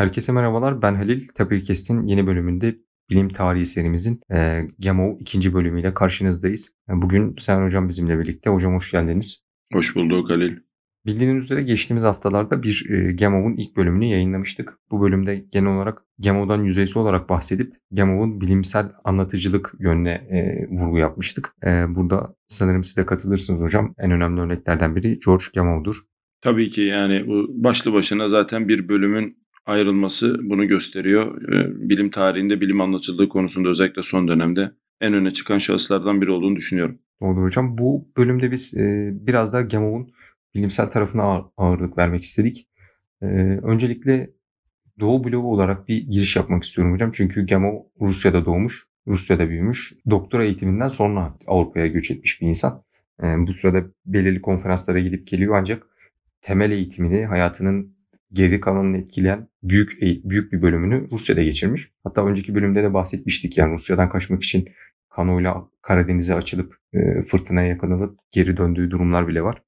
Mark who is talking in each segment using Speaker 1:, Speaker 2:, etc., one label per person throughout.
Speaker 1: Herkese merhabalar. Ben Halil. Tapirkest'in yeni bölümünde bilim tarihi serimizin GEMO ikinci bölümüyle karşınızdayız. Bugün Sen Hocam bizimle birlikte. Hocam hoş geldiniz.
Speaker 2: Hoş bulduk Halil.
Speaker 1: Bildiğiniz üzere geçtiğimiz haftalarda bir GEMO'nun ilk bölümünü yayınlamıştık. Bu bölümde genel olarak GEMO'dan yüzeysel olarak bahsedip GEMO'nun bilimsel anlatıcılık yönüne vurgu yapmıştık. Burada sanırım siz de katılırsınız hocam. En önemli örneklerden biri George Gamow''dur.
Speaker 2: Tabii ki yani bu başlı başına zaten bir bölümün ayrılması bunu gösteriyor. Bilim tarihinde bilim anlatıcılığı konusunda özellikle son dönemde en öne çıkan şahıslardan biri olduğunu düşünüyorum.
Speaker 1: Doğru hocam. Bu bölümde biz biraz da Gamow'un bilimsel tarafına ağırlık vermek istedik. Öncelikle Doğu bloğu olarak bir giriş yapmak istiyorum hocam. Çünkü Gamow Rusya'da doğmuş, Rusya'da büyümüş. Doktora eğitiminden sonra Avrupa'ya göç etmiş bir insan. Bu sırada belirli konferanslara gidip geliyor ancak temel eğitimini, hayatının geri kalanını etkileyen büyük bir bölümünü Rusya'da geçirmiş. Hatta önceki bölümde de bahsetmiştik, yani Rusya'dan kaçmak için kanoyla Karadeniz'e açılıp fırtınaya yakalanıp geri döndüğü durumlar bile var.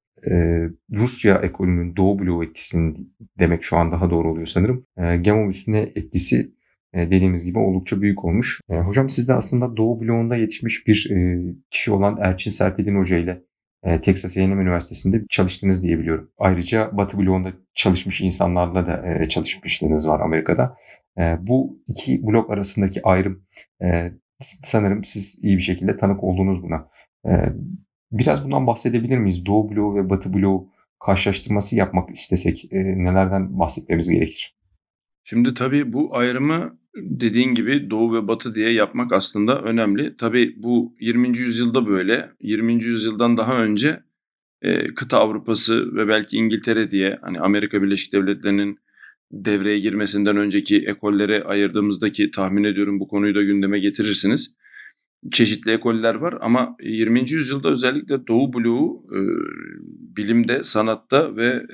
Speaker 1: Rusya ekolünün Doğu bloğu etkisinin demek şu an daha doğru oluyor sanırım. Gamow üstüne etkisi dediğimiz gibi oldukça büyük olmuş. Hocam siz de aslında Doğu bloğunda yetişmiş bir kişi olan Elçin Sertedin Hoca ile Texas A&M Üniversitesi'nde çalıştınız diye biliyorum. Ayrıca Batı bloğunda çalışmış insanlarla da çalışmışlığınız var Amerika'da. Bu iki blok arasındaki ayrım, sanırım siz iyi bir şekilde tanık oldunuz buna. Biraz bundan bahsedebilir miyiz? Doğu bloğu ve Batı bloğu karşılaştırması yapmak istesek nelerden bahsetmemiz gerekir?
Speaker 2: Şimdi tabii bu ayrımı dediğin gibi Doğu ve Batı diye yapmak aslında önemli. Tabii bu 20. yüzyılda böyle. 20. yüzyıldan daha önce kıta Avrupası ve belki İngiltere diye hani Amerika Birleşik Devletleri'nin devreye girmesinden önceki ekollere ayırdığımızdaki tahmin ediyorum bu konuyu da gündeme getirirsiniz. Çeşitli ekoller var ama 20. yüzyılda özellikle Doğu bloğu bilimde, sanatta ve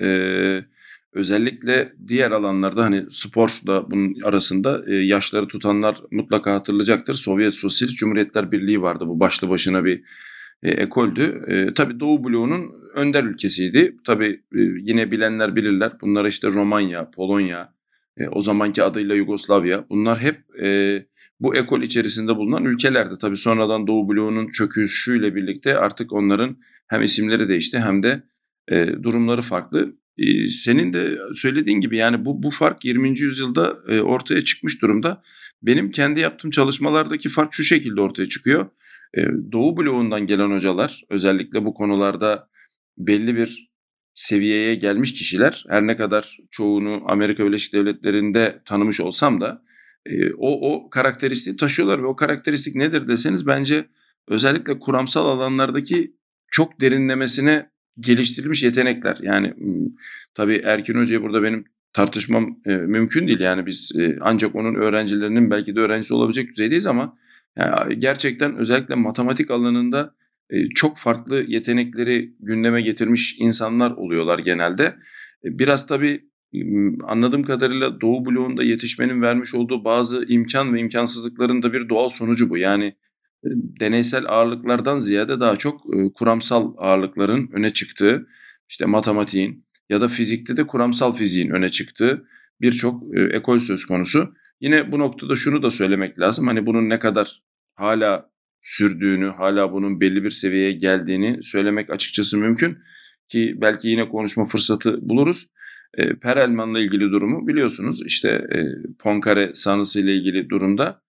Speaker 2: özellikle diğer alanlarda hani spor da bunun arasında yaşları tutanlar mutlaka hatırlayacaktır. Sovyet Sosyalist Cumhuriyetler Birliği vardı. Bu başlı başına bir ekoldü. Tabii Doğu bloğunun önder ülkesiydi. Tabii yine bilenler bilirler. Bunlar işte Romanya, Polonya, o zamanki adıyla Yugoslavya. Bunlar hep bu ekol içerisinde bulunan ülkelerdi. Tabii sonradan Doğu bloğunun çöküşüyle birlikte artık onların hem isimleri değişti hem de durumları farklı. Senin de söylediğin gibi yani bu fark 20. yüzyılda ortaya çıkmış durumda. Benim kendi yaptığım çalışmalardaki fark şu şekilde ortaya çıkıyor. Doğu bloğundan gelen hocalar özellikle bu konularda belli bir seviyeye gelmiş kişiler her ne kadar çoğunu Amerika Birleşik Devletleri'nde tanımış olsam da o karakteristiği taşıyorlar ve o karakteristik nedir deseniz bence özellikle kuramsal alanlardaki çok derinlemesine geliştirilmiş yetenekler. Yani tabii Erkin Hoca'yı burada benim tartışmam mümkün değil. Yani biz ancak onun öğrencilerinin belki de öğrencisi olabilecek düzeydeyiz ama yani gerçekten özellikle matematik alanında çok farklı yetenekleri gündeme getirmiş insanlar oluyorlar genelde. Biraz tabii anladığım kadarıyla Doğu bloğunda yetişmenin vermiş olduğu bazı imkan ve imkansızlıkların da bir doğal sonucu bu. Yani deneysel ağırlıklardan ziyade daha çok kuramsal ağırlıkların öne çıktığı, işte matematiğin ya da fizikte de kuramsal fiziğin öne çıktığı birçok ekol söz konusu. Yine bu noktada şunu da söylemek lazım. Hani bunun ne kadar hala sürdüğünü, hala bunun belli bir seviyeye geldiğini söylemek açıkçası mümkün ki belki yine konuşma fırsatı buluruz. Perelman'la ilgili durumu biliyorsunuz. İşte Poincare sanısı ile ilgili durumda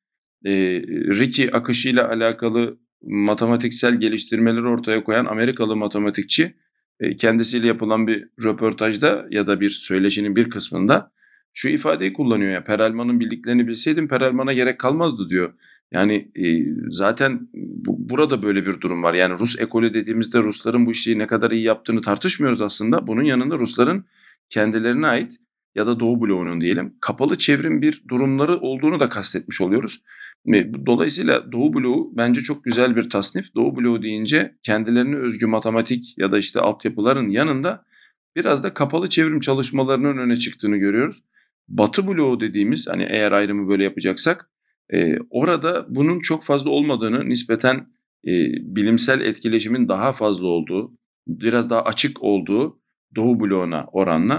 Speaker 2: Ricci akışıyla alakalı matematiksel geliştirmeleri ortaya koyan Amerikalı matematikçi kendisiyle yapılan bir röportajda ya da bir söyleşinin bir kısmında şu ifadeyi kullanıyor ya Perelman'ın bildiklerini bilseydim Perelman'a gerek kalmazdı diyor. Yani zaten burada böyle bir durum var. Yani Rus ekolü dediğimizde Rusların bu işi ne kadar iyi yaptığını tartışmıyoruz aslında. Bunun yanında Rusların kendilerine ait ya da Doğu bloğunun diyelim kapalı çevrim bir durumları olduğunu da kastetmiş oluyoruz. Dolayısıyla Doğu bloğu bence çok güzel bir tasnif. Doğu bloğu deyince kendilerine özgü matematik ya da işte altyapıların yanında biraz da kapalı çevrim çalışmalarının öne çıktığını görüyoruz. Batı bloğu dediğimiz hani eğer ayrımı böyle yapacaksak orada bunun çok fazla olmadığını nispeten bilimsel etkileşimin daha fazla olduğu, biraz daha açık olduğu Doğu bloğuna oranla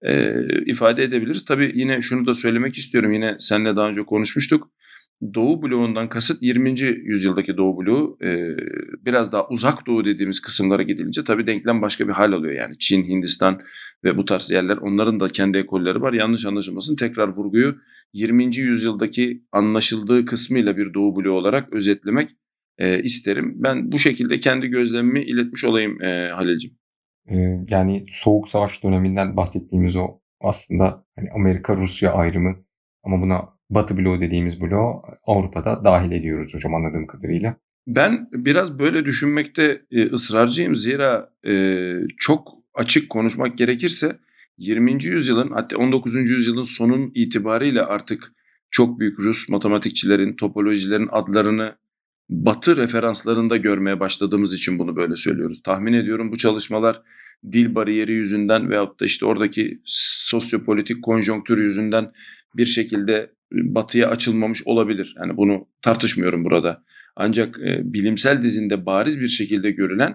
Speaker 2: ifade edebiliriz. Tabii yine şunu da söylemek istiyorum. Yine seninle daha önce konuşmuştuk. Doğu bloğundan kasıt 20. yüzyıldaki Doğu bloğu. Biraz daha uzak Doğu dediğimiz kısımlara gidilince tabii denklem başka bir hal alıyor. Yani Çin, Hindistan ve bu tarz yerler, onların da kendi ekolleri var. Yanlış anlaşılmasın, tekrar vurguyu 20. yüzyıldaki anlaşıldığı kısmıyla bir Doğu bloğu olarak özetlemek isterim. Ben bu şekilde kendi gözlemimi iletmiş olayım Halil'ciğim.
Speaker 1: Yani Soğuk Savaş döneminden bahsettiğimiz o aslında hani Amerika-Rusya ayrımı ama buna Batı bloğu dediğimiz bloğu Avrupa'da dahil ediyoruz hocam anladığım kadarıyla.
Speaker 2: Ben biraz böyle düşünmekte ısrarcıyım. Zira çok açık konuşmak gerekirse 20. yüzyılın, hatta 19. yüzyılın sonun itibariyle artık çok büyük Rus matematikçilerin, topolojilerin adlarını Batı referanslarında görmeye başladığımız için bunu böyle söylüyoruz. Tahmin ediyorum bu çalışmalar dil bariyeri yüzünden veyahut da işte oradaki sosyopolitik konjonktür yüzünden bir şekilde Batı'ya açılmamış olabilir. Yani bunu tartışmıyorum burada. Ancak bilimsel dizinde bariz bir şekilde görülen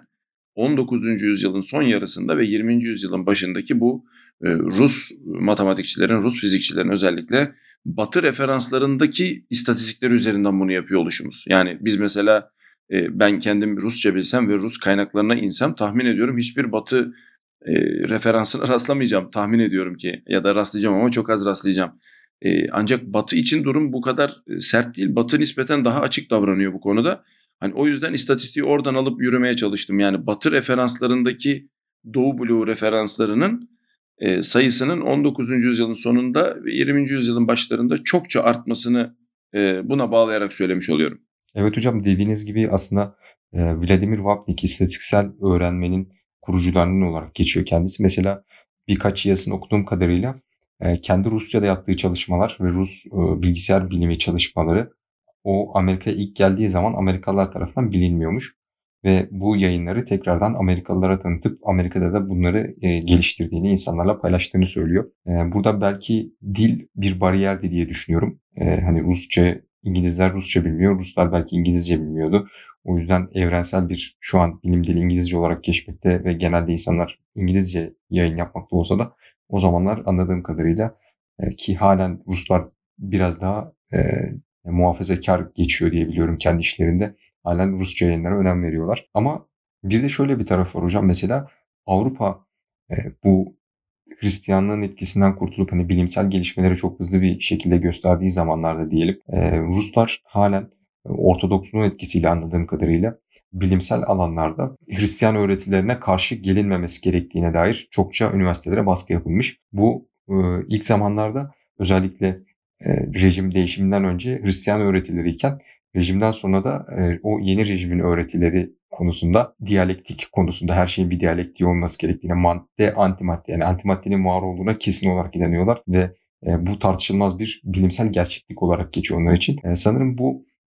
Speaker 2: 19. yüzyılın son yarısında ve 20. yüzyılın başındaki bu Rus matematikçilerin, Rus fizikçilerin özellikle Batı referanslarındaki istatistikler üzerinden bunu yapıyor oluşumuz. Yani biz mesela ben kendim Rusça bilsem ve Rus kaynaklarına insem tahmin ediyorum hiçbir Batı referansına rastlamayacağım. Tahmin ediyorum ki, ya da rastlayacağım ama çok az rastlayacağım. Ancak Batı için durum bu kadar sert değil. Batı nispeten daha açık davranıyor bu konuda. Hani o yüzden istatistiği oradan alıp yürümeye çalıştım. Yani Batı referanslarındaki Doğu bloğu referanslarının sayısının 19. yüzyılın sonunda ve 20. yüzyılın başlarında çokça artmasını buna bağlayarak söylemiş oluyorum.
Speaker 1: Evet hocam dediğiniz gibi aslında Vladimir Vapnik istatistiksel öğrenmenin kurucularından olarak geçiyor kendisi. Mesela birkaç yazısını okuduğum kadarıyla kendi Rusya'da yaptığı çalışmalar ve Rus bilgisayar bilimi çalışmaları o Amerika'ya ilk geldiği zaman Amerikalılar tarafından bilinmiyormuş. Ve bu yayınları tekrardan Amerikalılara tanıtıp Amerika'da da bunları geliştirdiğini, insanlarla paylaştığını söylüyor. Burada belki dil bir bariyerdi diye düşünüyorum. Hani İngilizler Rusça bilmiyor, Ruslar belki İngilizce bilmiyordu. O yüzden evrensel bir şu an bilim dili İngilizce olarak geçmekte ve genelde insanlar İngilizce yayın yapmakta olsa da o zamanlar anladığım kadarıyla ki halen Ruslar biraz daha muhafazakar geçiyor diye biliyorum kendi işlerinde. Halen Rusça yayınlara önem veriyorlar. Ama bir de şöyle bir taraf var hocam. Mesela Avrupa bu Hristiyanlığın etkisinden kurtulup hani bilimsel gelişmeleri çok hızlı bir şekilde gösterdiği zamanlarda diyelim. Ruslar halen Ortodoksluğun etkisiyle anladığım kadarıyla bilimsel alanlarda Hristiyan öğretilerine karşı gelinmemesi gerektiğine dair çokça üniversitelere baskı yapılmış. Bu ilk zamanlarda özellikle rejim değişiminden önce Hristiyan öğretileriyken rejimden sonra da o yeni rejimin öğretileri konusunda, diyalektik konusunda her şeyin bir diyalektiği olması gerektiğine, madde antimadde yani antimaddenin var olduğuna kesin olarak inanıyorlar ve bu tartışılmaz bir bilimsel gerçeklik olarak geçiyor onlar için. Sanırım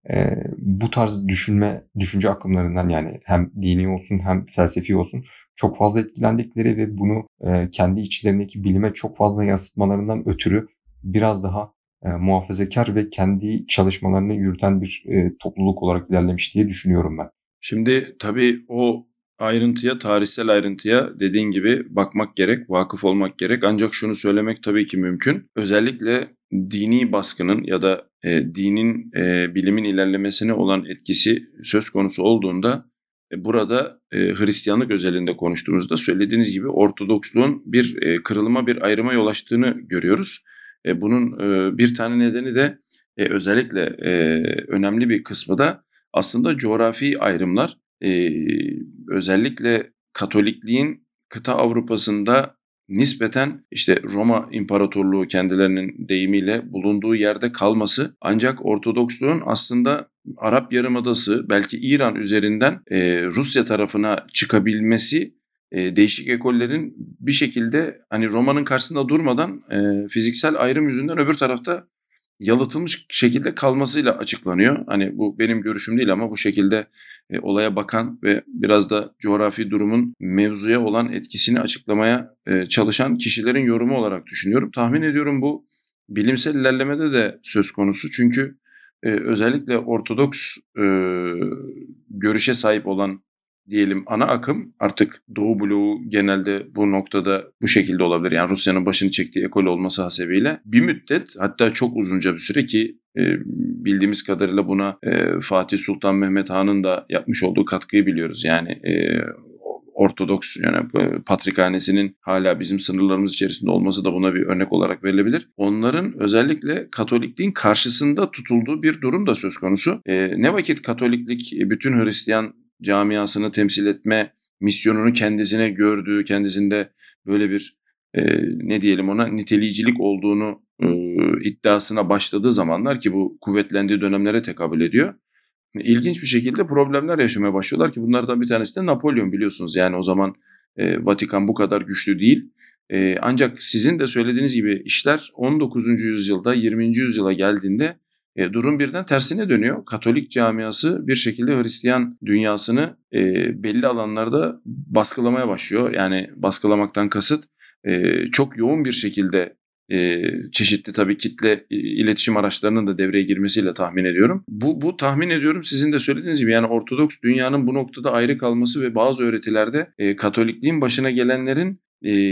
Speaker 1: bu tarz düşünce akımlarından yani hem dini olsun hem felsefi olsun çok fazla etkilendikleri ve bunu kendi içlerindeki bilime çok fazla yansıtmalarından ötürü biraz daha muhafazakar ve kendi çalışmalarını yürüten bir topluluk olarak ilerlemiş diye düşünüyorum ben.
Speaker 2: Şimdi tabii o ayrıntıya, tarihsel ayrıntıya dediğin gibi bakmak gerek, vakıf olmak gerek. Ancak şunu söylemek tabii ki mümkün. Özellikle dini baskının ya da dinin bilimin ilerlemesine olan etkisi söz konusu olduğunda burada Hristiyanlık özelinde konuştuğumuzda söylediğiniz gibi Ortodoksluğun bir kırılıma, bir ayrıma yol açtığını görüyoruz. Bunun bir tane nedeni de özellikle önemli bir kısmı da aslında coğrafi ayrımlar. Özellikle Katolikliğin kıta Avrupa'sında nispeten işte Roma İmparatorluğu kendilerinin deyimiyle bulunduğu yerde kalması, ancak Ortodoksluğun aslında Arap Yarımadası belki İran üzerinden Rusya tarafına çıkabilmesi değişik ekollerin bir şekilde hani Roma'nın karşısında durmadan fiziksel ayrım yüzünden öbür tarafta yalıtılmış şekilde kalmasıyla açıklanıyor. Hani bu benim görüşüm değil ama bu şekilde olaya bakan ve biraz da coğrafi durumun mevzuya olan etkisini açıklamaya çalışan kişilerin yorumu olarak düşünüyorum. Tahmin ediyorum bu bilimsel ilerlemede de söz konusu. Çünkü özellikle Ortodoks görüşe sahip olan diyelim ana akım artık Doğu bloğu genelde bu noktada bu şekilde olabilir. Yani Rusya'nın başını çektiği ekol olması hasebiyle bir müddet, hatta çok uzunca bir süre ki bildiğimiz kadarıyla buna Fatih Sultan Mehmet Han'ın da yapmış olduğu katkıyı biliyoruz. Yani Ortodoks, yani Patrikhanesi'nin hala bizim sınırlarımız içerisinde olması da buna bir örnek olarak verilebilir. Onların özellikle Katolikliğin karşısında tutulduğu bir durum da söz konusu. Ne vakit Katoliklik bütün Hristiyan camiasını temsil etme misyonunu kendisine gördüğü, kendisinde böyle bir ne diyelim ona, niteleyicilik olduğunu iddiasına başladığı zamanlar, ki bu kuvvetlendiği dönemlere tekabül ediyor. İlginç bir şekilde problemler yaşamaya başlıyorlar ki bunlardan bir tanesi de Napolyon, biliyorsunuz. Yani o zaman Vatikan bu kadar güçlü değil. Ancak sizin de söylediğiniz gibi işler 19. yüzyılda 20. yüzyıla geldiğinde durum birden tersine dönüyor. Katolik camiası bir şekilde Hristiyan dünyasını belli alanlarda baskılamaya başlıyor. Yani baskılamaktan kasıt çok yoğun bir şekilde çeşitli tabii kitle iletişim araçlarının da devreye girmesiyle tahmin ediyorum. Bu tahmin ediyorum sizin de söylediğiniz gibi, yani Ortodoks dünyanın bu noktada ayrı kalması ve bazı öğretilerde Katolikliğin başına gelenlerin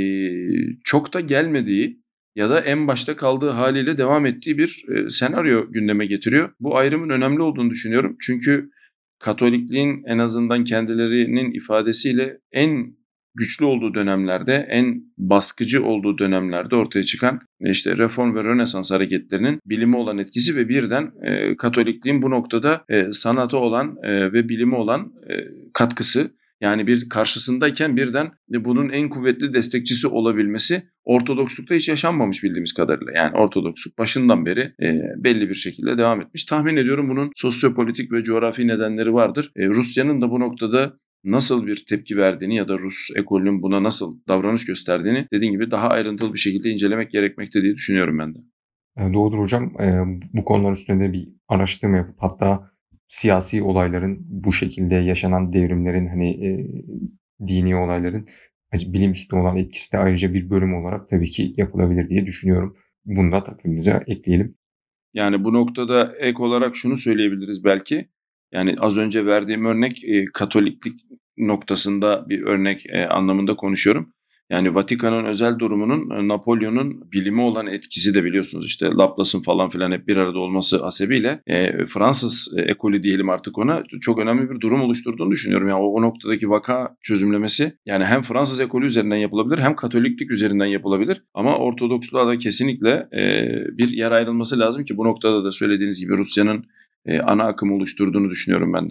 Speaker 2: çok da gelmediği ya da en başta kaldığı haliyle devam ettiği bir senaryo gündeme getiriyor. Bu ayrımın önemli olduğunu düşünüyorum. Çünkü Katolikliğin en azından kendilerinin ifadesiyle en güçlü olduğu dönemlerde, en baskıcı olduğu dönemlerde ortaya çıkan işte Reform ve Rönesans hareketlerinin bilime olan etkisi ve birden Katolikliğin bu noktada sanata olan ve bilime olan katkısı, yani bir karşısındayken birden bunun en kuvvetli destekçisi olabilmesi Ortodokslukta hiç yaşanmamış bildiğimiz kadarıyla. Yani Ortodoksluk başından beri belli bir şekilde devam etmiş. Tahmin ediyorum bunun sosyopolitik ve coğrafi nedenleri vardır. Rusya'nın da bu noktada nasıl bir tepki verdiğini ya da Rus ekolünün buna nasıl davranış gösterdiğini, dediğim gibi, daha ayrıntılı bir şekilde incelemek gerekmekte diye düşünüyorum ben de.
Speaker 1: Doğrudur hocam. Bu konular üstünde bir araştırma yapıp hatta siyasi olayların, bu şekilde yaşanan devrimlerin, hani dini olayların bilim üstüne olan etkisi de ayrıca bir bölüm olarak tabii ki yapılabilir diye düşünüyorum. Bunu da takvimimize ekleyelim.
Speaker 2: Yani bu noktada ek olarak şunu söyleyebiliriz belki. Yani az önce verdiğim örnek Katoliklik noktasında bir örnek anlamında konuşuyorum. Yani Vatikan'ın özel durumunun Napolyon'un bilime olan etkisi de, biliyorsunuz işte Laplace'ın falan filan hep bir arada olması hasebiyle Fransız ekolü diyelim artık ona, çok önemli bir durum oluşturduğunu düşünüyorum. Yani o noktadaki vaka çözümlemesi, yani hem Fransız ekolü üzerinden yapılabilir hem Katoliklik üzerinden yapılabilir. Ama Ortodoksluğa da kesinlikle bir yer ayrılması lazım ki bu noktada da söylediğiniz gibi Rusya'nın ana akım oluşturduğunu düşünüyorum ben de.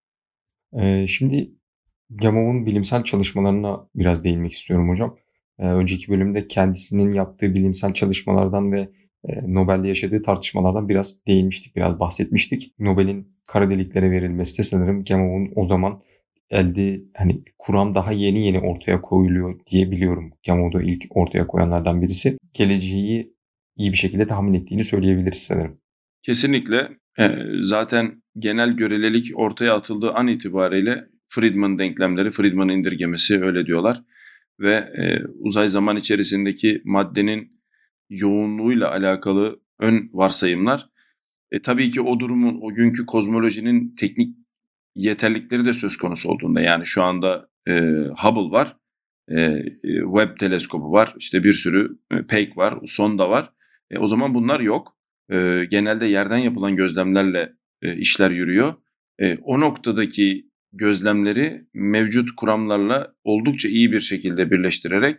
Speaker 1: Şimdi Gamov'un bilimsel çalışmalarına biraz değinmek istiyorum hocam. Önceki bölümde kendisinin yaptığı bilimsel çalışmalardan ve Nobel'de yaşadığı tartışmalardan biraz değinmiştik, biraz bahsetmiştik. Nobel'in kara deliklere verilmesi de sanırım Gamov'un o zaman hani kuram daha yeni yeni ortaya koyuluyor diye biliyorum. Gamov'u ilk ortaya koyanlardan birisi. Geleceği iyi bir şekilde tahmin ettiğini söyleyebiliriz sanırım.
Speaker 2: Kesinlikle. Zaten genel görelilik ortaya atıldığı an itibariyle Friedman denklemleri, Friedman indirgemesi öyle diyorlar. Ve uzay zaman içerisindeki maddenin yoğunluğuyla alakalı ön varsayımlar. Tabii ki o durumun, o günkü kozmolojinin teknik yeterlilikleri de söz konusu olduğunda, yani şu anda Hubble var, Webb teleskobu var, işte bir sürü Pake var, sonda var. O zaman bunlar yok. Genelde yerden yapılan gözlemlerle işler yürüyor. O noktadaki gözlemleri mevcut kuramlarla oldukça iyi bir şekilde birleştirerek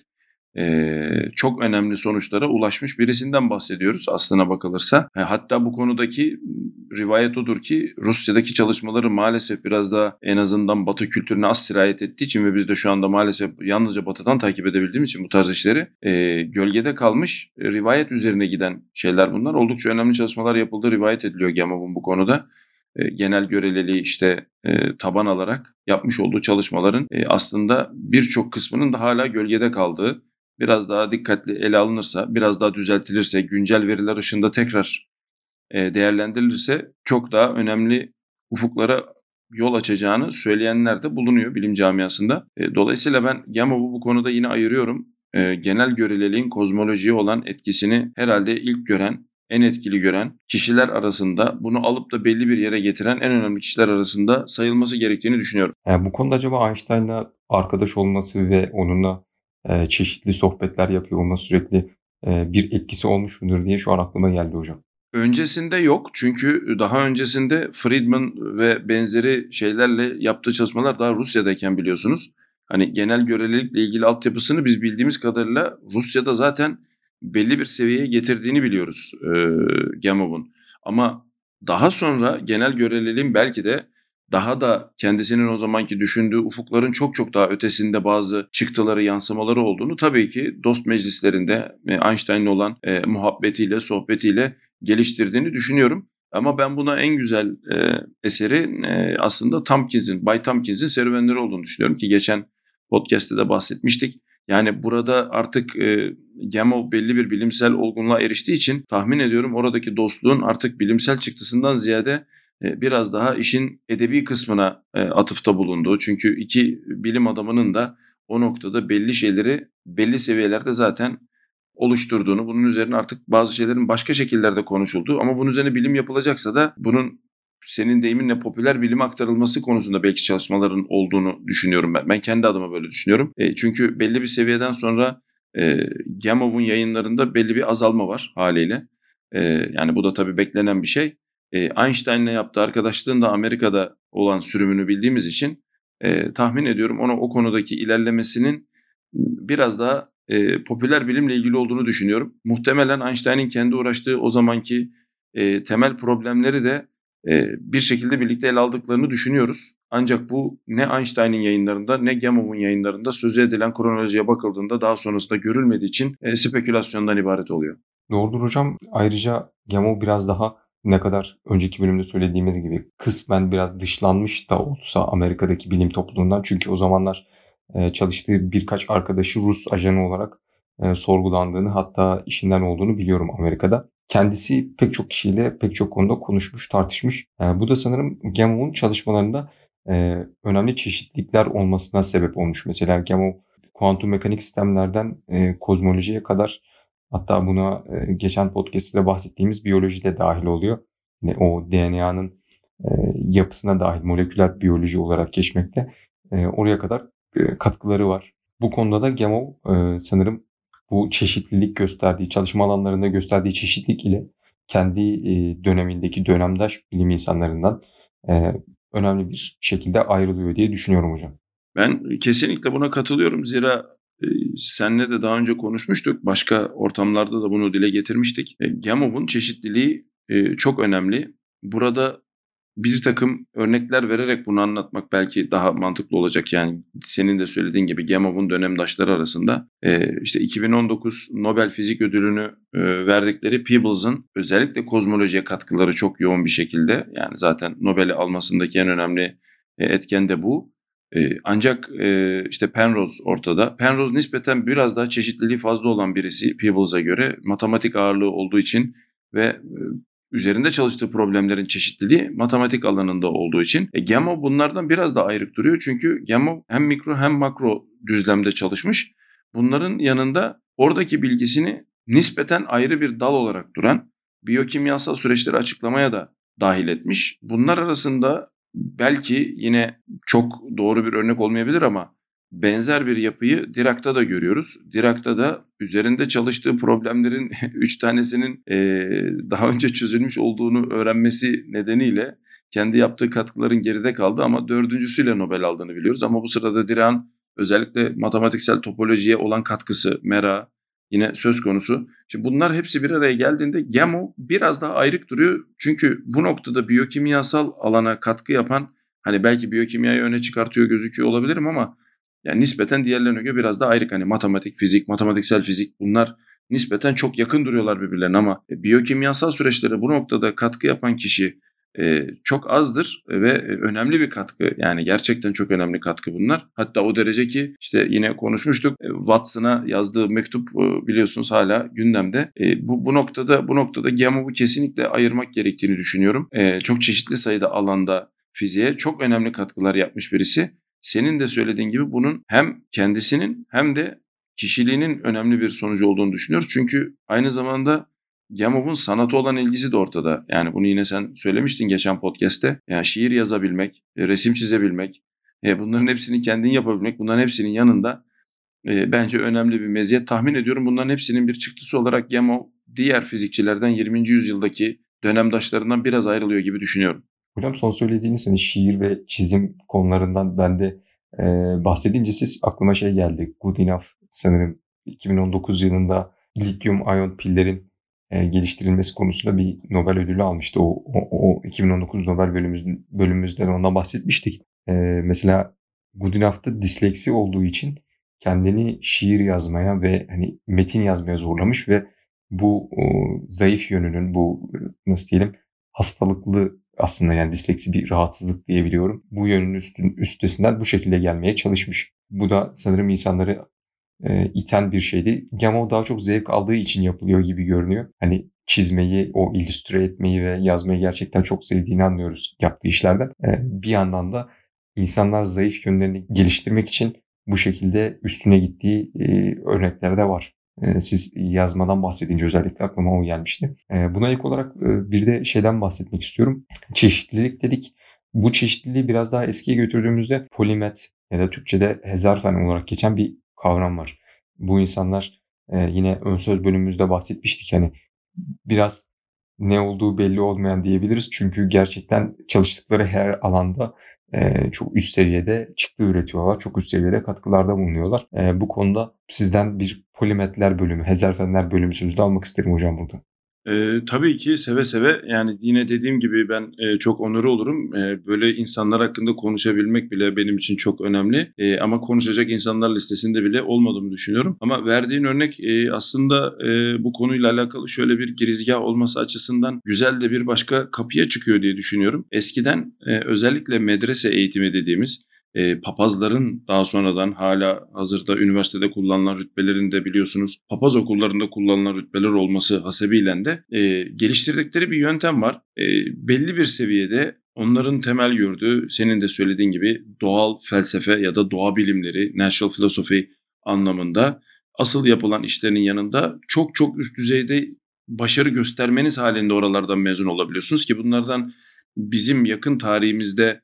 Speaker 2: çok önemli sonuçlara ulaşmış birisinden bahsediyoruz aslına bakılırsa. Hatta bu konudaki rivayet odur ki Rusya'daki çalışmaları maalesef biraz da en azından Batı kültürüne az sirayet ettiği için ve biz de şu anda maalesef yalnızca Batı'dan takip edebildiğimiz için bu tarz işleri gölgede kalmış, rivayet üzerine giden şeyler bunlar. Oldukça önemli çalışmalar yapıldığı rivayet ediliyor Gamov'un bu konuda. Genel göreliliği işte taban alarak yapmış olduğu çalışmaların aslında birçok kısmının da hala gölgede kaldığı, biraz daha dikkatli ele alınırsa, biraz daha düzeltilirse, güncel veriler ışığında tekrar değerlendirilirse çok daha önemli ufuklara yol açacağını söyleyenler de bulunuyor bilim camiasında. Dolayısıyla ben Gamov'u bu konuda yine ayırıyorum. Genel göreliliğin kozmolojiye olan etkisini herhalde ilk gören, en etkili gören kişiler arasında, bunu alıp da belli bir yere getiren en önemli kişiler arasında sayılması gerektiğini düşünüyorum.
Speaker 1: Bu konuda acaba Einstein'la arkadaş olması ve onunla, çeşitli sohbetler yapıyor olması sürekli, bir etkisi olmuş mudur diye şu an aklıma geldi hocam.
Speaker 2: Öncesinde yok çünkü daha öncesinde Friedman ve benzeri şeylerle yaptığı çalışmalar daha Rusya'dayken biliyorsunuz. Hani genel görelilikle ilgili altyapısını biz bildiğimiz kadarıyla Rusya'da zaten belli bir seviyeye getirdiğini biliyoruz Gamov'un. Ama daha sonra genel göreliliğin belki de daha da kendisinin o zamanki düşündüğü ufukların çok çok daha ötesinde bazı çıktıları, yansımaları olduğunu tabii ki dost meclislerinde Einstein'la olan muhabbetiyle, sohbetiyle geliştirdiğini düşünüyorum. Ama ben buna en güzel eseri aslında Bay Tompkins'in serüvenleri olduğunu düşünüyorum ki geçen podcast'te de bahsetmiştik. Yani burada artık Gamow belli bir bilimsel olgunluğa eriştiği için tahmin ediyorum oradaki dostluğun artık bilimsel çıktısından ziyade biraz daha işin edebi kısmına atıfta bulunduğu. Çünkü iki bilim adamının da o noktada belli şeyleri belli seviyelerde zaten oluşturduğunu, bunun üzerine artık bazı şeylerin başka şekillerde konuşulduğu ama bunun üzerine bilim yapılacaksa da bunun senin deyiminle popüler bilime aktarılması konusunda belki çalışmaların olduğunu düşünüyorum ben. Ben kendi adıma böyle düşünüyorum. Çünkü belli bir seviyeden sonra Gamov'un yayınlarında belli bir azalma var haliyle. Yani bu da tabii beklenen bir şey. Einstein'la yaptığı arkadaşlığın da Amerika'da olan sürümünü bildiğimiz için tahmin ediyorum ona o konudaki ilerlemesinin biraz daha popüler bilimle ilgili olduğunu düşünüyorum. Muhtemelen Einstein'in kendi uğraştığı o zamanki temel problemleri de bir şekilde birlikte ele aldıklarını düşünüyoruz. Ancak bu ne Einstein'in yayınlarında ne Gamov'un yayınlarında sözü edilen kronolojiye bakıldığında daha sonrasında görülmediği için spekülasyondan ibaret oluyor.
Speaker 1: Doğrudur hocam. Ayrıca Gamow biraz daha ne kadar önceki bölümde söylediğimiz gibi kısmen biraz dışlanmış da olsa Amerika'daki bilim topluluğundan. Çünkü o zamanlar çalıştığı birkaç arkadaşı Rus ajanı olarak sorgulandığını hatta işinden olduğunu biliyorum Amerika'da. Kendisi pek çok kişiyle pek çok konuda konuşmuş, tartışmış. Bu da sanırım Gamow'un çalışmalarında önemli çeşitlilikler olmasına sebep olmuş. Mesela Gamow kuantum mekanik sistemlerden kozmolojiye kadar hatta buna geçen podcast'te de bahsettiğimiz biyoloji de dahil oluyor. Yine o DNA'nın yapısına dahil moleküler biyoloji olarak geçmekte. Oraya kadar katkıları var. Bu konuda da Gamow sanırım bu çeşitlilik gösterdiği, çalışma alanlarında gösterdiği çeşitlilik ile kendi dönemindeki dönemdaş bilim insanlarından e, önemli bir şekilde ayrılıyor diye düşünüyorum hocam.
Speaker 2: Ben kesinlikle buna katılıyorum. Zira seninle de daha önce konuşmuştuk. Başka ortamlarda da bunu dile getirmiştik. Gamov'un çeşitliliği çok önemli. Burada bir takım örnekler vererek bunu anlatmak belki daha mantıklı olacak. Yani senin de söylediğin gibi Gamov'un dönemdaşları arasında işte 2019 Nobel Fizik Ödülünü verdikleri Peebles'ın özellikle kozmolojiye katkıları çok yoğun bir şekilde. Yani zaten Nobel'i almasındaki en önemli etken de bu. Ancak işte Penrose ortada. Penrose nispeten biraz daha çeşitliliği fazla olan birisi Peebles'a göre. Matematik ağırlığı olduğu için ve üzerinde çalıştığı problemlerin çeşitliliği matematik alanında olduğu için. Gamow bunlardan biraz daha ayrık duruyor. Çünkü Gamow hem mikro hem makro düzlemde çalışmış. Bunların yanında oradaki bilgisini nispeten ayrı bir dal olarak duran biyokimyasal süreçleri açıklamaya da dahil etmiş. Bunlar arasında belki yine çok doğru bir örnek olmayabilir ama benzer bir yapıyı Dirac'ta da görüyoruz. Dirac'ta da üzerinde çalıştığı problemlerin 3 tanesinin daha önce çözülmüş olduğunu öğrenmesi nedeniyle kendi yaptığı katkıların geride kaldı ama dördüncüsüyle Nobel aldığını biliyoruz. Ama bu sırada Dirac'ın özellikle matematiksel topolojiye olan katkısı, merakı yine söz konusu. Şimdi bunlar hepsi bir araya geldiğinde Gamow biraz daha ayrık duruyor. Çünkü bu noktada biyokimyasal alana katkı yapan, hani belki biyokimyayı öne çıkartıyor gözüküyor olabilirim ama yani nispeten diğerlerine göre biraz daha ayrık. Hani matematik, fizik, matematiksel fizik bunlar nispeten çok yakın duruyorlar birbirlerine ama biyokimyasal süreçlere bu noktada katkı yapan kişi çok azdır ve önemli bir katkı. Yani gerçekten çok önemli katkı bunlar. Hatta o derece ki işte yine konuşmuştuk. Watson'a yazdığı mektup biliyorsunuz hala gündemde. Bu noktada Gamow'u kesinlikle ayırmak gerektiğini düşünüyorum. Çok çeşitli sayıda alanda fiziğe çok önemli katkılar yapmış birisi. Senin de söylediğin gibi bunun hem kendisinin hem de kişiliğinin önemli bir sonucu olduğunu düşünüyoruz. Çünkü aynı zamanda Gamov'un sanata olan ilgisi de ortada. Yani bunu yine sen söylemiştin geçen podcast'te. Yani şiir yazabilmek, resim çizebilmek, bunların hepsini kendin yapabilmek, bunların hepsinin yanında bence önemli bir meziyet. Tahmin ediyorum bunların hepsinin bir çıktısı olarak Gamov diğer fizikçilerden 20. yüzyıldaki dönemdaşlarından biraz ayrılıyor gibi düşünüyorum.
Speaker 1: Hocam son söylediğiniz hani şiir ve çizim konularından ben de bahsedince siz aklıma şey geldi. Goodenough sanırım 2019 yılında lityum iyon pillerin geliştirilmesi konusunda bir Nobel ödülü almıştı. O 2019 Nobel bölümümüzden ondan bahsetmiştik. Mesela Goodenough'ta disleksi olduğu için kendini şiir yazmaya ve hani metin yazmaya zorlamış ve bu zayıf yönünün bu nasıl diyelim hastalıklı aslında yani disleksi bir rahatsızlık diyebiliyorum. Bu yönün üstesinden bu şekilde gelmeye çalışmış. Bu da sanırım insanları iten bir şeydi. Gamow daha çok zevk aldığı için yapılıyor gibi görünüyor. Hani çizmeyi, o illüstre etmeyi ve yazmayı gerçekten çok sevdiğini anlıyoruz yaptığı işlerden. Bir yandan da insanlar zayıf yönlerini geliştirmek için bu şekilde üstüne gittiği örnekler de var. Siz yazmadan bahsedince özellikle aklıma o gelmişti. Buna ek olarak bir de şeyden bahsetmek istiyorum. Çeşitlilik dedik. Bu çeşitliliği biraz daha eskiye götürdüğümüzde polimet ya da Türkçe'de hezarfen olarak geçen bir kavram var. Bu insanlar yine ön söz bölümümüzde bahsetmiştik. Hani biraz ne olduğu belli olmayan diyebiliriz. Çünkü gerçekten çalıştıkları her alanda çok üst seviyede çıktı üretiyorlar. Çok üst seviyede katkılarda bulunuyorlar. Bu konuda sizden bir polimetler bölümü, hezarfenler bölümü sözü de almak isterim hocam burada.
Speaker 2: Tabii ki seve seve. Yani yine dediğim gibi ben, çok onuru olurum. Böyle insanlar hakkında konuşabilmek bile benim için çok önemli. Ama konuşacak insanlar listesinde bile olmadığımı düşünüyorum. Ama verdiğin örnek, aslında, bu konuyla alakalı şöyle bir girizgah olması açısından güzel de bir başka kapıya çıkıyor diye düşünüyorum. Eskiden, özellikle medrese eğitimi dediğimiz, papazların daha sonradan hala hazırda üniversitede kullanılan rütbelerin de biliyorsunuz papaz okullarında kullanılan rütbeler olması hasebiyle de geliştirdikleri bir yöntem var. Belli bir seviyede onların temel gördüğü senin de söylediğin gibi doğal felsefe ya da doğa bilimleri, natural philosophy anlamında asıl yapılan işlerin yanında çok çok üst düzeyde başarı göstermeniz halinde oralardan mezun olabiliyorsunuz ki bunlardan bizim yakın tarihimizde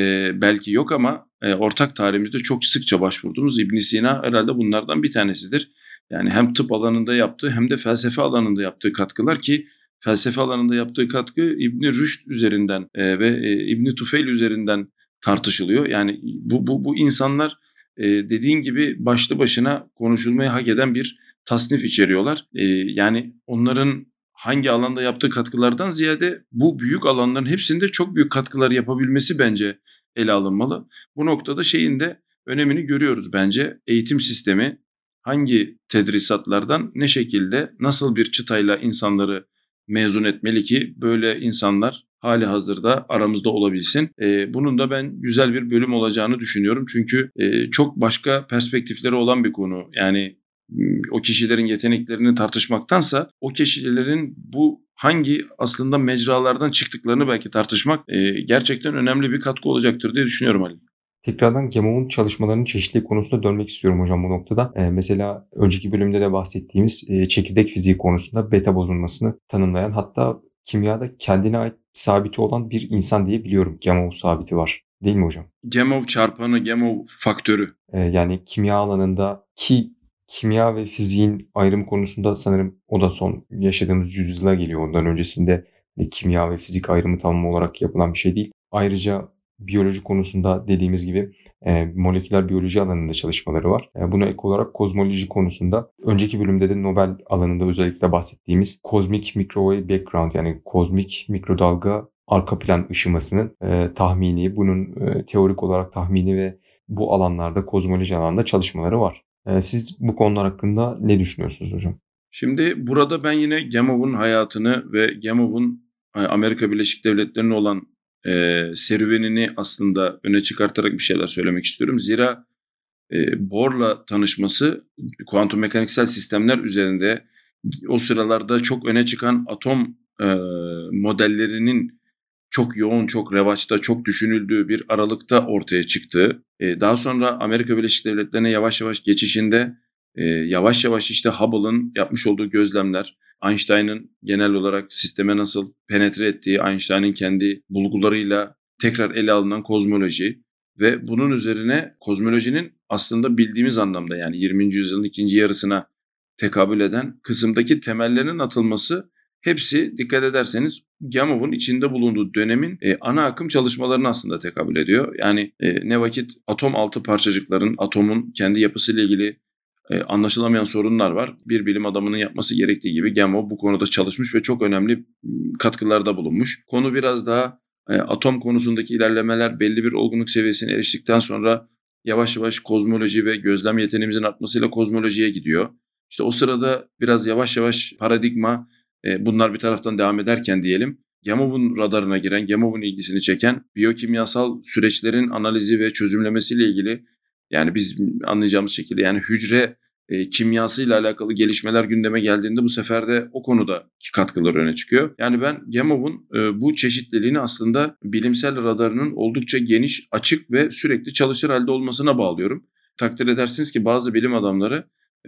Speaker 2: belki yok ama ortak tarihimizde çok sıkça başvurduğumuz İbn Sina herhalde bunlardan bir tanesidir. Yani hem tıp alanında yaptığı hem de felsefe alanında yaptığı katkılar ki felsefe alanında yaptığı katkı İbn Rüşd üzerinden ve İbn Tufeyl üzerinden tartışılıyor. Yani bu insanlar dediğin gibi başlı başına konuşulmayı hak eden bir tasnif içeriyorlar. Yani onların hangi alanda yaptığı katkılardan ziyade bu büyük alanların hepsinde çok büyük katkılar yapabilmesi bence ele alınmalı. Bu noktada şeyin de önemini görüyoruz bence. Eğitim sistemi hangi tedrisatlardan ne şekilde nasıl bir çıtayla insanları mezun etmeli ki böyle insanlar hali hazırda aramızda olabilsin. Bunun da ben güzel bir bölüm olacağını düşünüyorum. Çünkü çok başka perspektifleri olan bir konu. Yani o kişilerin yeteneklerini tartışmaktansa o kişilerin bu hangi aslında mecralardan çıktıklarını belki tartışmak gerçekten önemli bir katkı olacaktır diye düşünüyorum Ali.
Speaker 1: Tekrardan Gamov'un çalışmalarının çeşitliliği konusunda dönmek istiyorum hocam bu noktada. Mesela önceki bölümde de bahsettiğimiz çekirdek fiziği konusunda beta bozulmasını tanımlayan hatta kimyada kendine ait sabiti olan bir insan diye biliyorum. Gamov sabiti var. Değil mi hocam?
Speaker 2: Gemov çarpanı, Gemov faktörü.
Speaker 1: Yani kimya alanında ki kimya ve fiziğin ayrım konusunda sanırım o da son yaşadığımız yüzyıla geliyor. Ondan öncesinde kimya ve fizik ayrımı tam olarak yapılan bir şey değil. Ayrıca biyoloji konusunda dediğimiz gibi moleküler biyoloji alanında çalışmaları var. Buna ek olarak kozmoloji konusunda önceki bölümde de Nobel alanında özellikle bahsettiğimiz Cosmic Microwave Background yani kozmik mikrodalga arka plan ışımasının tahmini, bunun teorik olarak tahmini ve bu alanlarda kozmoloji alanında çalışmaları var. Siz bu konular hakkında ne düşünüyorsunuz hocam?
Speaker 2: Şimdi burada ben yine Gamov'un hayatını ve Gamov'un Amerika Birleşik Devletleri'ne olan serüvenini aslında öne çıkartarak bir şeyler söylemek istiyorum. Zira Bohr'la tanışması kuantum mekaniksel sistemler üzerinde o sıralarda çok öne çıkan atom modellerinin çok yoğun, çok revaçta, çok düşünüldüğü bir aralıkta ortaya çıktı. Daha sonra Amerika Birleşik Devletleri'ne yavaş yavaş geçişinde Yavaş yavaş işte Hubble'ın yapmış olduğu gözlemler, Einstein'ın genel olarak sisteme nasıl penetre ettiği, Einstein'ın kendi bulgularıyla tekrar ele alınan kozmoloji ve bunun üzerine kozmolojinin aslında bildiğimiz anlamda yani 20. yüzyılın ikinci yarısına tekabül eden kısımdaki temellerinin atılması hepsi dikkat ederseniz Gamov'un içinde bulunduğu dönemin ana akım çalışmalarına aslında tekabül ediyor. Yani ne vakit atom altı parçacıkların, atomun kendi yapısıyla ilgili anlaşılamayan sorunlar var. Bir bilim adamının yapması gerektiği gibi Gamow bu konuda çalışmış ve çok önemli katkılarda bulunmuş. Konu biraz daha atom konusundaki ilerlemeler belli bir olgunluk seviyesine eriştikten sonra yavaş yavaş kozmoloji ve gözlem yeteneğimizin artmasıyla kozmolojiye gidiyor. İşte o sırada biraz yavaş yavaş paradigma bunlar bir taraftan devam ederken diyelim Gamov'un radarına giren, Gamov'un ilgisini çeken biyokimyasal süreçlerin analizi ve çözümlemesiyle ilgili yani biz anlayacağımız şekilde yani hücre kimyasıyla alakalı gelişmeler gündeme geldiğinde bu sefer de o konudaki katkılar öne çıkıyor. Yani ben Gamov'un bu çeşitliliğini aslında bilimsel radarının oldukça geniş, açık ve sürekli çalışır halde olmasına bağlıyorum. Takdir edersiniz ki bazı bilim adamları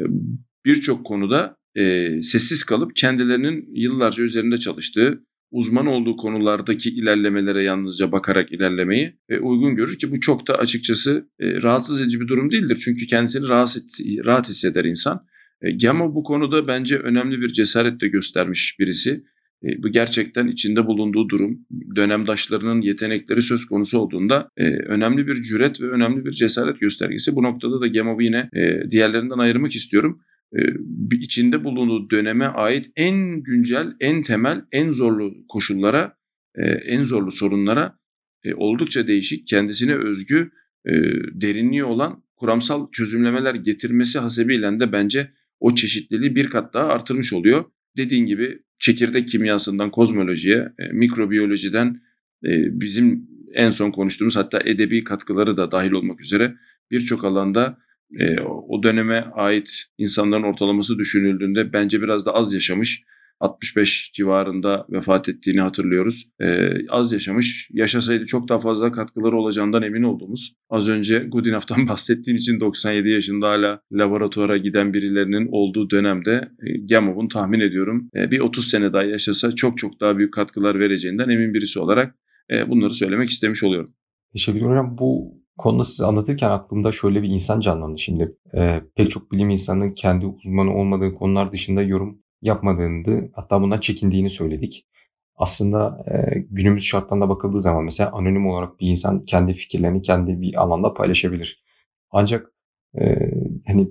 Speaker 2: birçok konuda sessiz kalıp kendilerinin yıllarca üzerinde çalıştığı, uzman olduğu konulardaki ilerlemelere yalnızca bakarak ilerlemeyi uygun görür ki bu çok da açıkçası rahatsız edici bir durum değildir. Çünkü kendisini rahat hisseder insan. Gamow bu konuda bence önemli bir cesaret de göstermiş birisi. Bu gerçekten içinde bulunduğu durum, dönemdaşlarının yetenekleri söz konusu olduğunda önemli bir cüret ve önemli bir cesaret göstergesi. Bu noktada da Gamow'u yine diğerlerinden ayırmak istiyorum. İçinde bulunduğu döneme ait en güncel, en temel, en zorlu koşullara, en zorlu sorunlara oldukça değişik, kendisine özgü, derinliği olan kuramsal çözümlemeler getirmesi hasebiyle de bence o çeşitliliği bir kat daha artırmış oluyor. Dediğin gibi çekirdek kimyasından kozmolojiye, mikrobiyolojiden bizim en son konuştuğumuz hatta edebi katkıları da dahil olmak üzere birçok alanda o döneme ait insanların ortalaması düşünüldüğünde bence biraz da az yaşamış. 65 civarında vefat ettiğini hatırlıyoruz. Az yaşamış, yaşasaydı çok daha fazla katkıları olacağından emin olduğumuz. Az önce Goodenoug'tan bahsettiğin için 97 yaşında hala laboratuvara giden birilerinin olduğu dönemde Gamow'un tahmin ediyorum bir 30 sene daha yaşasa çok çok daha büyük katkılar vereceğinden emin birisi olarak bunları söylemek istemiş oluyorum.
Speaker 1: Teşekkür ederim. Bu konuda size anlatırken aklımda şöyle bir insan canlandı şimdi. Pek çok bilim insanının kendi uzmanı olmadığı konular dışında yorum yapmadığını, hatta bundan çekindiğini söyledik. Aslında günümüz şartlarına bakıldığı zaman mesela anonim olarak bir insan kendi fikirlerini kendi bir alanda paylaşabilir. Ancak hani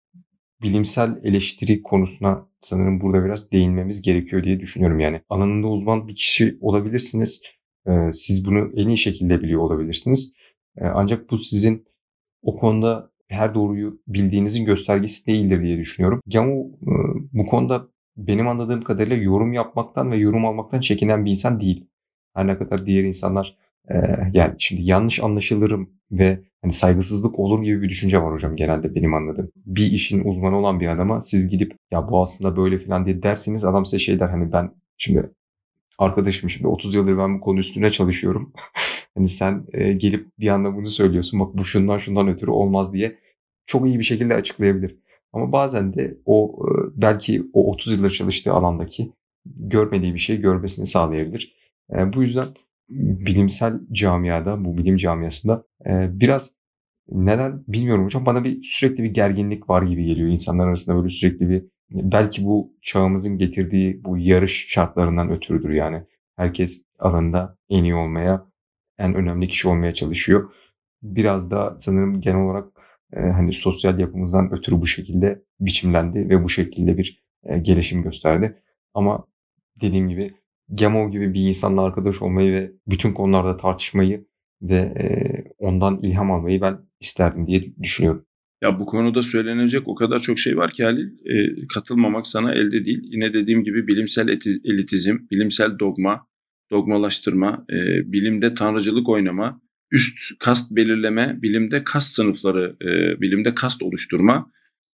Speaker 1: bilimsel eleştiri konusuna sanırım burada biraz değinmemiz gerekiyor diye düşünüyorum. Yani alanında uzman bir kişi olabilirsiniz. Siz bunu en iyi şekilde biliyor olabilirsiniz. Ancak bu sizin o konuda her doğruyu bildiğinizin göstergesi değildir diye düşünüyorum. Gamow bu konuda benim anladığım kadarıyla yorum yapmaktan ve yorum almaktan çekinen bir insan değil. Her ne kadar diğer insanlar yani şimdi yanlış anlaşılırım ve hani saygısızlık olur gibi bir düşünce var hocam genelde benim anladığım. Bir işin uzmanı olan bir adama siz gidip ya bu aslında böyle falan diye derseniz adam size şey der hani ben şimdi arkadaşım şimdi 30 yıldır ben bu konu üstüne çalışıyorum. Hani sen gelip bir anda bunu söylüyorsun. Bak bu şundan şundan ötürü olmaz diye çok iyi bir şekilde açıklayabilir. Ama bazen de o belki o 30 yıldır çalıştığı alandaki görmediği bir şey görmesini sağlayabilir. Bu yüzden bilimsel camiada, bu bilim camiasında biraz neden bilmiyorum hocam bana sürekli bir gerginlik var gibi geliyor. İnsanlar arasında böyle sürekli bir belki bu çağımızın getirdiği bu yarış şartlarından ötürüdür yani. Herkes alanında en iyi olmaya, en önemli kişi olmaya çalışıyor. Biraz da sanırım genel olarak hani sosyal yapımızdan ötürü bu şekilde biçimlendi ve bu şekilde bir gelişim gösterdi. Ama dediğim gibi Gamow gibi bir insanla arkadaş olmayı ve bütün konularda tartışmayı ve ondan ilham almayı ben isterdim diye düşünüyorum.
Speaker 2: Ya bu konuda söylenecek o kadar çok şey var ki Halil, katılmamak sana elde değil. Yine dediğim gibi bilimsel elitizm, bilimsel dogma, dogmalaştırma, bilimde tanrıcılık oynama, üst kast belirleme, bilimde kast sınıfları, bilimde kast oluşturma,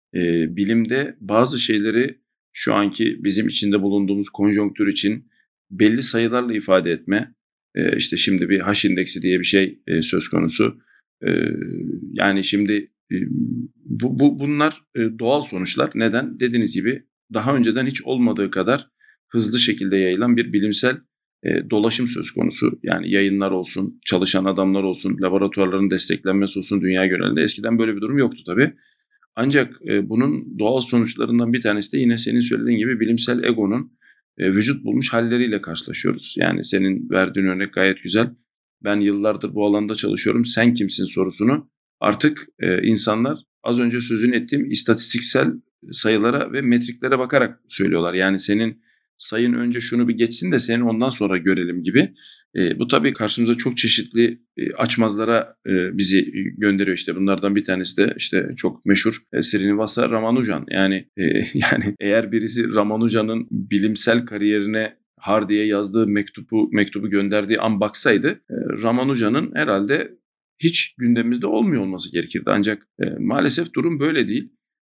Speaker 2: bilimde bazı şeyleri şu anki bizim içinde bulunduğumuz konjonktür için belli sayılarla ifade etme. İşte şimdi bir H indeksi diye bir şey söz konusu. Yani şimdi bunlar doğal sonuçlar. Neden? Dediğiniz gibi daha önceden hiç olmadığı kadar hızlı şekilde yayılan bir bilimsel dolaşım söz konusu. Yani yayınlar olsun, çalışan adamlar olsun, laboratuvarların desteklenmesi olsun dünya genelinde. Eskiden böyle bir durum yoktu tabii. Ancak bunun doğal sonuçlarından bir tanesi de yine senin söylediğin gibi bilimsel egonun vücut bulmuş halleriyle karşılaşıyoruz. Yani senin verdiğin örnek gayet güzel. Ben yıllardır bu alanda çalışıyorum. Sen kimsin sorusunu artık insanlar az önce sözünü ettiğim istatistiksel sayılara ve metriklere bakarak söylüyorlar. Yani senin sayın önce şunu bir geçsin de seni ondan sonra görelim gibi. Bu tabii karşımıza çok çeşitli açmazlara bizi gönderiyor. İşte bunlardan bir tanesi de işte çok meşhur Srinivasa Ramanujan. Yani yani eğer birisi Ramanujan'ın bilimsel kariyerine Hardy'ye yazdığı mektubu gönderdiği an baksaydı Ramanujan'ın herhalde hiç gündemimizde olmuyor olması gerekirdi. Ancak maalesef durum böyle değil.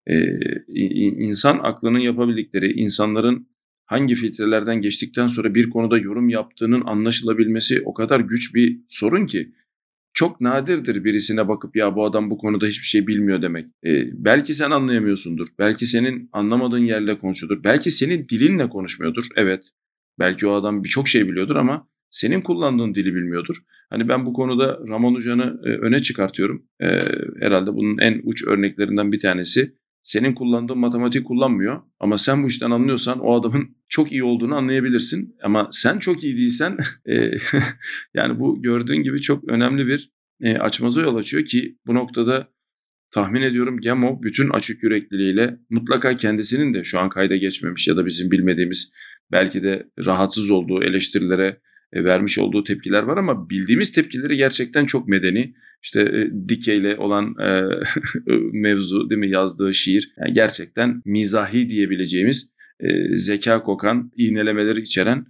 Speaker 2: İnsan aklının yapabildikleri, insanların hangi filtrelerden geçtikten sonra bir konuda yorum yaptığının anlaşılabilmesi o kadar güç bir sorun ki çok nadirdir birisine bakıp ya bu adam bu konuda hiçbir şey bilmiyor demek. Belki sen anlayamıyorsundur. Belki senin anlamadığın yerle konuşuyordur. Belki senin dilinle konuşmuyordur. Evet. Belki o adam birçok şey biliyordur ama senin kullandığın dili bilmiyordur. Hani ben bu konuda Ramanujan'ı öne çıkartıyorum. Herhalde bunun en uç örneklerinden bir tanesi. Senin kullandığın matematik kullanmıyor ama sen bu işten anlıyorsan o adamın çok iyi olduğunu anlayabilirsin. Ama sen çok iyi değilsen yani bu gördüğün gibi çok önemli bir açmaza yol açıyor ki bu noktada tahmin ediyorum Gemo bütün açık yürekliliğiyle mutlaka kendisinin de şu an kayda geçmemiş ya da bizim bilmediğimiz belki de rahatsız olduğu eleştirilere vermiş olduğu tepkiler var ama bildiğimiz tepkileri gerçekten çok medeni. İşte Dikeyle olan mevzu değil mi yazdığı şiir yani gerçekten mizahi diyebileceğimiz zeka kokan iğnelemeleri içeren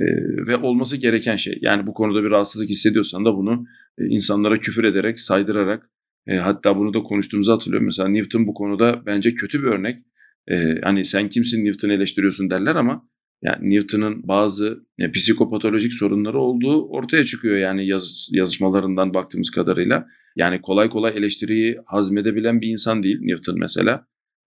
Speaker 2: ve olması gereken şey. Yani bu konuda bir rahatsızlık hissediyorsan da bunu insanlara küfür ederek, saydırarak hatta bunu da konuştuğumuzu hatırlıyorum. Mesela Newton bu konuda bence kötü bir örnek. Hani sen kimsin Newton'u eleştiriyorsun derler ama yani Newton'un bazı psikopatolojik sorunları olduğu ortaya çıkıyor yani yazışmalarından baktığımız kadarıyla. Yani kolay kolay eleştiriyi hazmedebilen bir insan değil Newton mesela.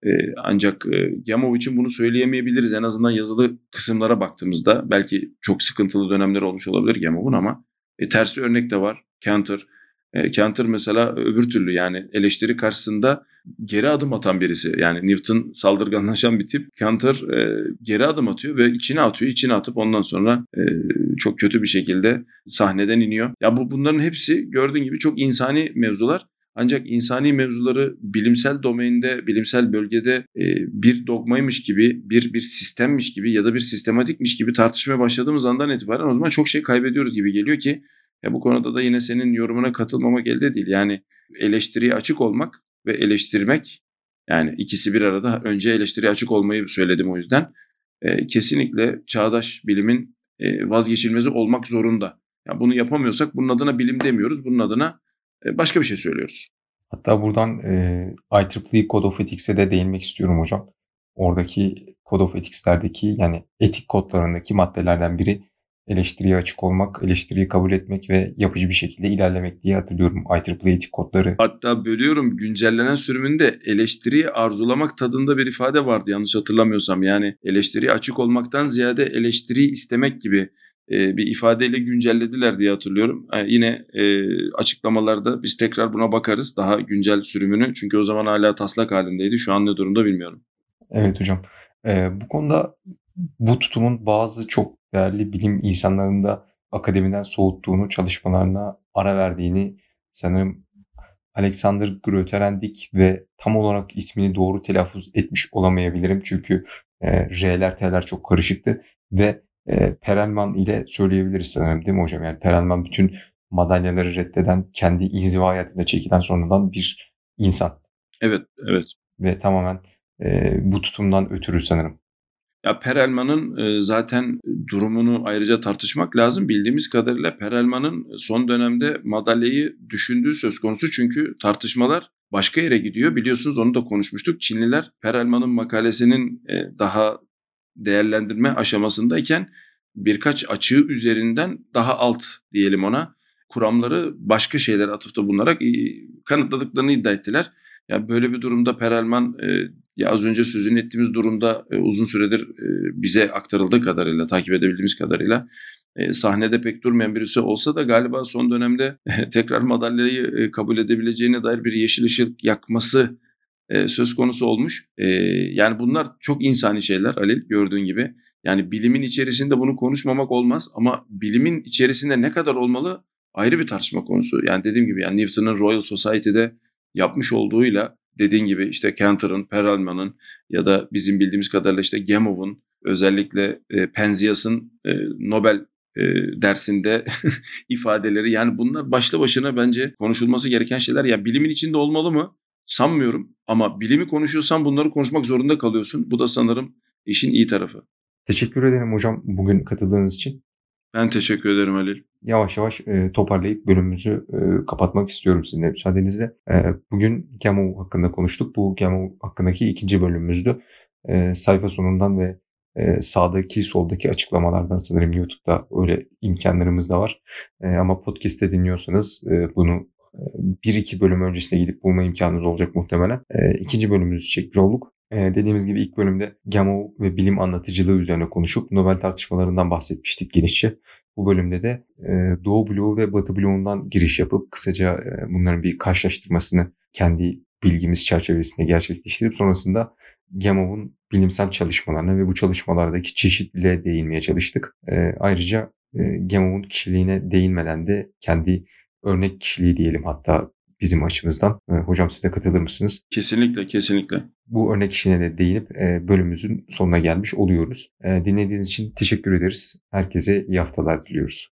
Speaker 2: Ancak Gemov için bunu söyleyemeyebiliriz. En azından yazılı kısımlara baktığımızda belki çok sıkıntılı dönemler olmuş olabilir Gemov'un ama tersi örnek de var. Cantor. Cantor mesela öbür türlü yani eleştiri karşısında geri adım atan birisi. Yani Newton saldırganlaşan bir tip. Cantor geri adım atıyor ve içine atıyor. İçine atıp ondan sonra çok kötü bir şekilde sahneden iniyor. Ya bunların hepsi gördüğün gibi çok insani mevzular. Ancak insani mevzuları bilimsel domainde, bilimsel bölgede bir dogmaymış gibi, bir sistemmiş gibi ya da bir sistematikmiş gibi tartışmaya başladığımız andan itibaren o zaman çok şey kaybediyoruz gibi geliyor ki bu konuda da yine senin yorumuna katılmamak elde değil. Yani eleştiriye açık olmak ve eleştirmek yani ikisi bir arada. Önce eleştiriye açık olmayı söyledim o yüzden. Kesinlikle çağdaş bilimin vazgeçilmezi olmak zorunda. Yani bunu yapamıyorsak bunun adına bilim demiyoruz. Bunun adına başka bir şey söylüyoruz.
Speaker 1: Hatta buradan IEEE Code of Ethics'e de değinmek istiyorum hocam. Oradaki Code of Ethics'lerdeki yani etik kodlarındaki maddelerden biri eleştiriye açık olmak, eleştiriyi kabul etmek ve yapıcı bir şekilde ilerlemek diye hatırlıyorum IEEE etik kodları.
Speaker 2: Hatta bölüyorum güncellenen sürümünde eleştiriyi arzulamak tadında bir ifade vardı yanlış hatırlamıyorsam. Yani eleştiriye açık olmaktan ziyade eleştiriyi istemek gibi bir ifadeyle güncellediler diye hatırlıyorum. Yine açıklamalarda biz tekrar buna bakarız daha güncel sürümünü. Çünkü o zaman hala taslak halindeydi. Şu an ne durumda bilmiyorum.
Speaker 1: Evet hocam. Bu konuda bu tutumun bazı çok değerli bilim insanlarını da akademiden soğuttuğunu, çalışmalarına ara verdiğini sanırım Alexander Grothendieck ve tam olarak ismini doğru telaffuz etmiş olamayabilirim. Çünkü R'ler T'ler çok karışıktı ve Perelman ile söyleyebiliriz sanırım değil mi hocam? Yani Perelman bütün madalyaları reddeden, kendi inziva hayatında çekilen sonradan bir insan.
Speaker 2: Evet, evet.
Speaker 1: Ve tamamen bu tutumdan ötürü sanırım.
Speaker 2: Ya Perelman'ın zaten durumunu ayrıca tartışmak lazım. Bildiğimiz kadarıyla Perelman'ın son dönemde madalyayı düşündüğü söz konusu. Çünkü tartışmalar başka yere gidiyor. Biliyorsunuz onu da konuşmuştuk. Çinliler Perelman'ın makalesinin daha değerlendirme aşamasındayken birkaç açığı üzerinden daha alt diyelim ona kuramları başka şeyler atıfta bulunarak kanıtladıklarını iddia ettiler. Ya, böyle bir durumda Perelman, ya, az önce sözünü ettiğimiz durumda, uzun süredir, bize aktarıldığı kadarıyla, takip edebildiğimiz kadarıyla, sahnede pek durmayan birisi olsa da galiba son dönemde tekrar madalyayı, kabul edebileceğine dair bir yeşil ışık yakması, söz konusu olmuş. Yani, bunlar çok insani şeyler Halil, gördüğün gibi. Yani, bilimin içerisinde bunu konuşmamak olmaz ama bilimin içerisinde ne kadar olmalı ayrı bir tartışma konusu. Yani, dediğim gibi, yani, Newton'un Royal Society'de yapmış olduğuyla dediğin gibi, işte, Cantor'ın, Perelman'ın ya da bizim bildiğimiz kadarıyla, işte, Gamow özellikle, Penzias'ın, Nobel, dersinde ifadeleri, yani, bunlar başlı başına bence konuşulması gereken şeyler. Ya, bilimin içinde olmalı mı? Sanmıyorum ama bilimi konuşuyorsan bunları konuşmak zorunda kalıyorsun. Bu da sanırım işin iyi tarafı.
Speaker 1: Teşekkür ederim hocam bugün katıldığınız için.
Speaker 2: Ben teşekkür ederim Halil.
Speaker 1: Yavaş yavaş toparlayıp bölümümüzü kapatmak istiyorum sizinle müsaadenizle. Bugün Gamow hakkında konuştuk. Bu Gamow hakkındaki ikinci bölümümüzdü. Sayfa sonundan ve sağdaki soldaki açıklamalardan sanırım YouTube'da öyle imkanlarımız da var. Ama podcast'te dinliyorsanız bunu 1-2 bölüm öncesine gidip bulma imkanınız olacak muhtemelen. İkinci bölümümüzü çekmiş olduk. Dediğimiz gibi ilk bölümde Gamow ve bilim anlatıcılığı üzerine konuşup Nobel tartışmalarından bahsetmiştik genişçe. Bu bölümde de Doğu bloğu ve Batı bloğundan giriş yapıp kısaca bunların bir karşılaştırmasını kendi bilgimiz çerçevesinde gerçekleştirip sonrasında Gamow'un bilimsel çalışmalarına ve bu çalışmalardaki çeşitliliğe değinmeye çalıştık. Ayrıca Gamow'un kişiliğine değinmeden de kendi örnek kişiliği diyelim hatta bizim açımızdan. Hocam siz de katılır mısınız?
Speaker 2: Kesinlikle, kesinlikle.
Speaker 1: Bu örnek kişiliğine de değinip bölümümüzün sonuna gelmiş oluyoruz. Dinlediğiniz için teşekkür ederiz. Herkese iyi haftalar diliyoruz.